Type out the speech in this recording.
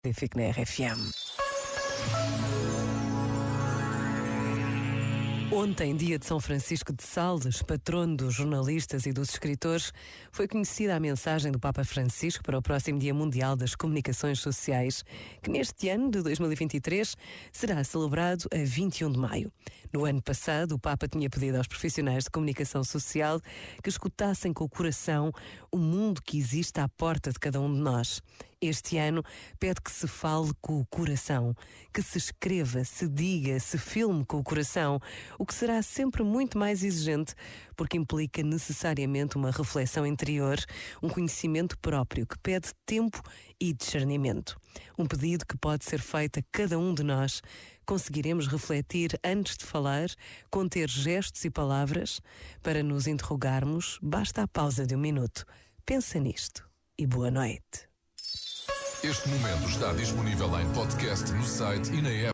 E fique na RFM. Ontem, dia de São Francisco de Sales, patrono dos jornalistas e dos escritores, foi conhecida a mensagem do Papa Francisco para o próximo Dia Mundial das Comunicações Sociais, que neste ano de 2023 será celebrado a 21 de maio. No ano passado, o Papa tinha pedido aos profissionais de comunicação social que escutassem com o coração o mundo que existe à porta de cada um de nós. Este ano, pede que se fale com o coração, que se escreva, se diga, se filme com o coração, o que será sempre muito mais exigente, porque implica necessariamente uma reflexão interior, um conhecimento próprio que pede tempo e discernimento. Um pedido que pode ser feito a cada um de nós. Conseguiremos refletir antes de falar, conter gestos e palavras? Para nos interrogarmos, basta a pausa de 1 minuto. Pensa nisto e boa noite. Este momento está disponível em podcast no site e na app.